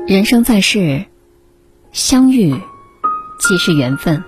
人生在世，相遇即是缘分。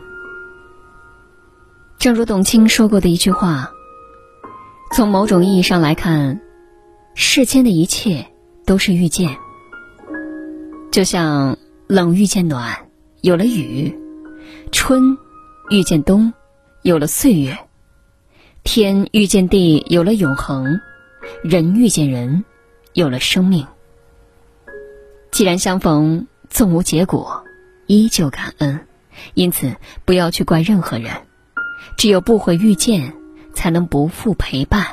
正如董卿说过的一句话，从某种意义上来看，世间的一切都是遇见。就像冷遇见暖，有了雨；春遇见冬，有了岁月；天遇见地，有了永恒；人遇见人，有了生命。既然相逢纵无结果，依旧感恩。因此不要去怪任何人，只有不悔遇见，才能不负陪伴。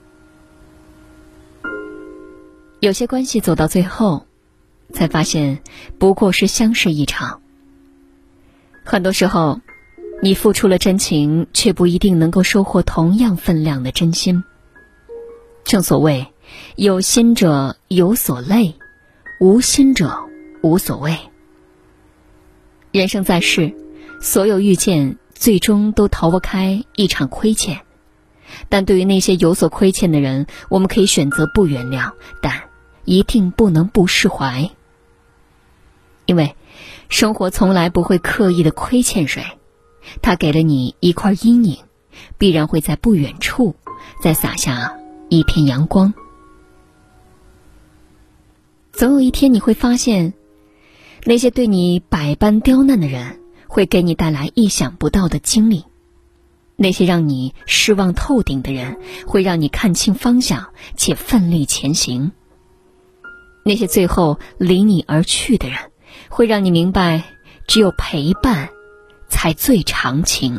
有些关系走到最后，才发现不过是相识一场。很多时候，你付出了真情，却不一定能够收获同样分量的真心。正所谓，有心者有所累，无心者无所谓。人生在世，所有遇见最终都逃不开一场亏欠。但对于那些有所亏欠的人，我们可以选择不原谅，但一定不能不释怀。因为生活从来不会刻意的亏欠谁，它给了你一块阴影，必然会在不远处再洒下一片阳光。总有一天你会发现，那些对你百般刁难的人，会给你带来意想不到的经历；那些让你失望透顶的人，会让你看清方向且奋力前行；那些最后离你而去的人，会让你明白，只有陪伴才最长情。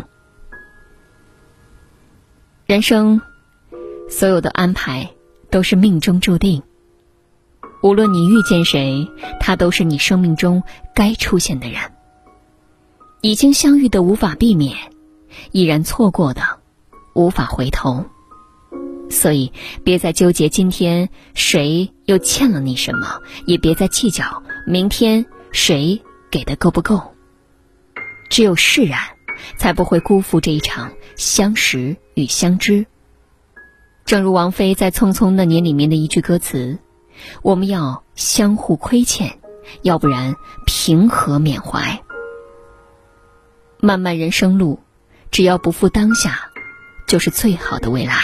人生所有的安排都是命中注定，无论你遇见谁，他都是你生命中该出现的人。已经相遇的无法避免，已然错过的无法回头。所以别再纠结今天谁又欠了你什么，也别再计较明天谁给的够不够。只有释然，才不会辜负这一场相识与相知。正如王菲在《匆匆那年》里面的一句歌词，我们要相互亏欠，要不然平和缅怀。漫漫人生路，只要不负当下，就是最好的未来。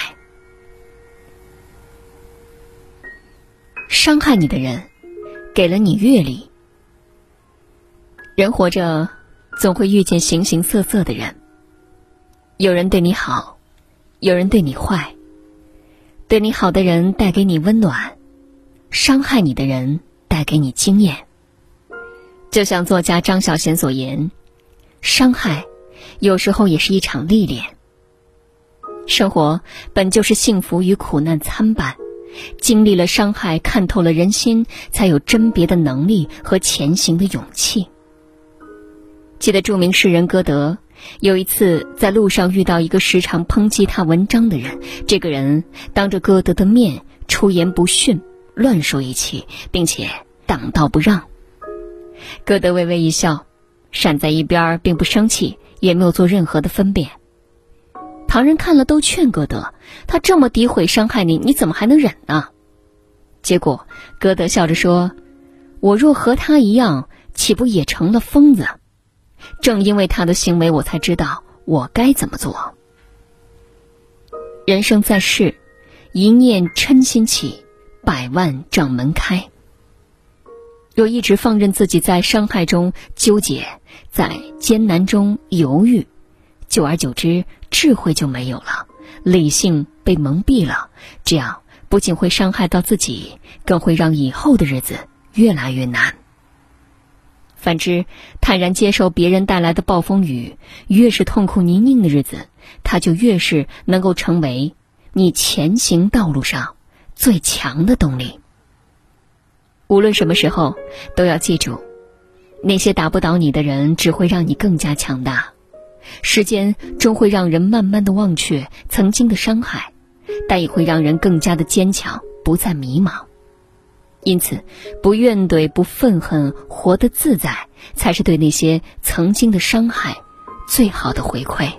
伤害你的人，给了你阅历。人活着，总会遇见形形色色的人，有人对你好，有人对你坏。对你好的人带给你温暖，伤害你的人带给你经验。就像作家张小娴所言，伤害有时候也是一场历练。生活本就是幸福与苦难参半，经历了伤害，看透了人心，才有甄别的能力和前行的勇气。记得著名诗人歌德有一次在路上遇到一个时常抨击他文章的人，这个人当着歌德的面出言不逊，乱说一气，并且挡道不让。歌德微微一笑，闪在一边，并不生气，也没有做任何的分辨。旁人看了都劝歌德，他这么诋毁伤害你，你怎么还能忍呢？结果歌德笑着说，我若和他一样，岂不也成了疯子？正因为他的行为，我才知道我该怎么做。人生在世，一念嗔心起，百万障门开。若一直放任自己在伤害中纠结，在艰难中犹豫，久而久之，智慧就没有了，理性被蒙蔽了，这样不仅会伤害到自己，更会让以后的日子越来越难。反之，坦然接受别人带来的暴风雨，越是痛苦泥泞的日子，它就越是能够成为你前行道路上最强的动力。无论什么时候，都要记住，那些打不倒你的人，只会让你更加强大。时间终会让人慢慢的忘却曾经的伤害，但也会让人更加的坚强，不再迷茫。因此，不怨怼，不愤恨，活得自在，才是对那些曾经的伤害最好的回馈。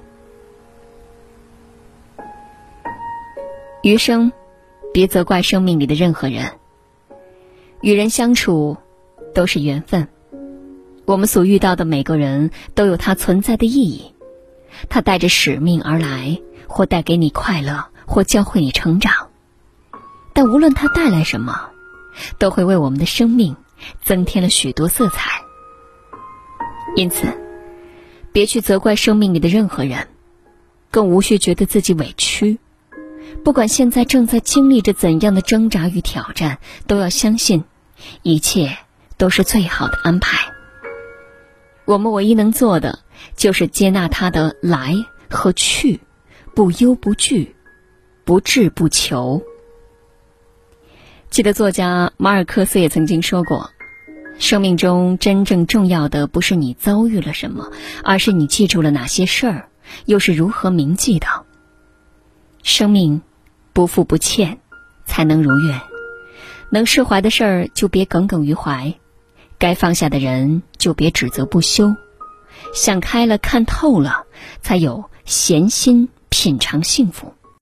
余生，别责怪生命里的任何人。与人相处， 都是缘分。我们所遇到的每个人都有他存在的意义，他带着使命而来，或带给你快乐，或教会你成长。但无论他带来什么，都会为我们的生命增添了许多色彩。因此，别去责怪生命里的任何人，更无需觉得自己委屈。不管现在正在经历着怎样的挣扎与挑战，都要相信一切都是最好的安排。我们唯一能做的就是接纳他的来和去，不忧不惧，不志不求。记得作家马尔克斯也曾经说过，生命中真正重要的不是你遭遇了什么，而是你记住了哪些事儿，又是如何铭记的。生命不负不欠，才能如愿。能释怀的事儿就别耿耿于怀，该放下的人就别指责不休。想开了，看透了，才有闲心品尝幸福。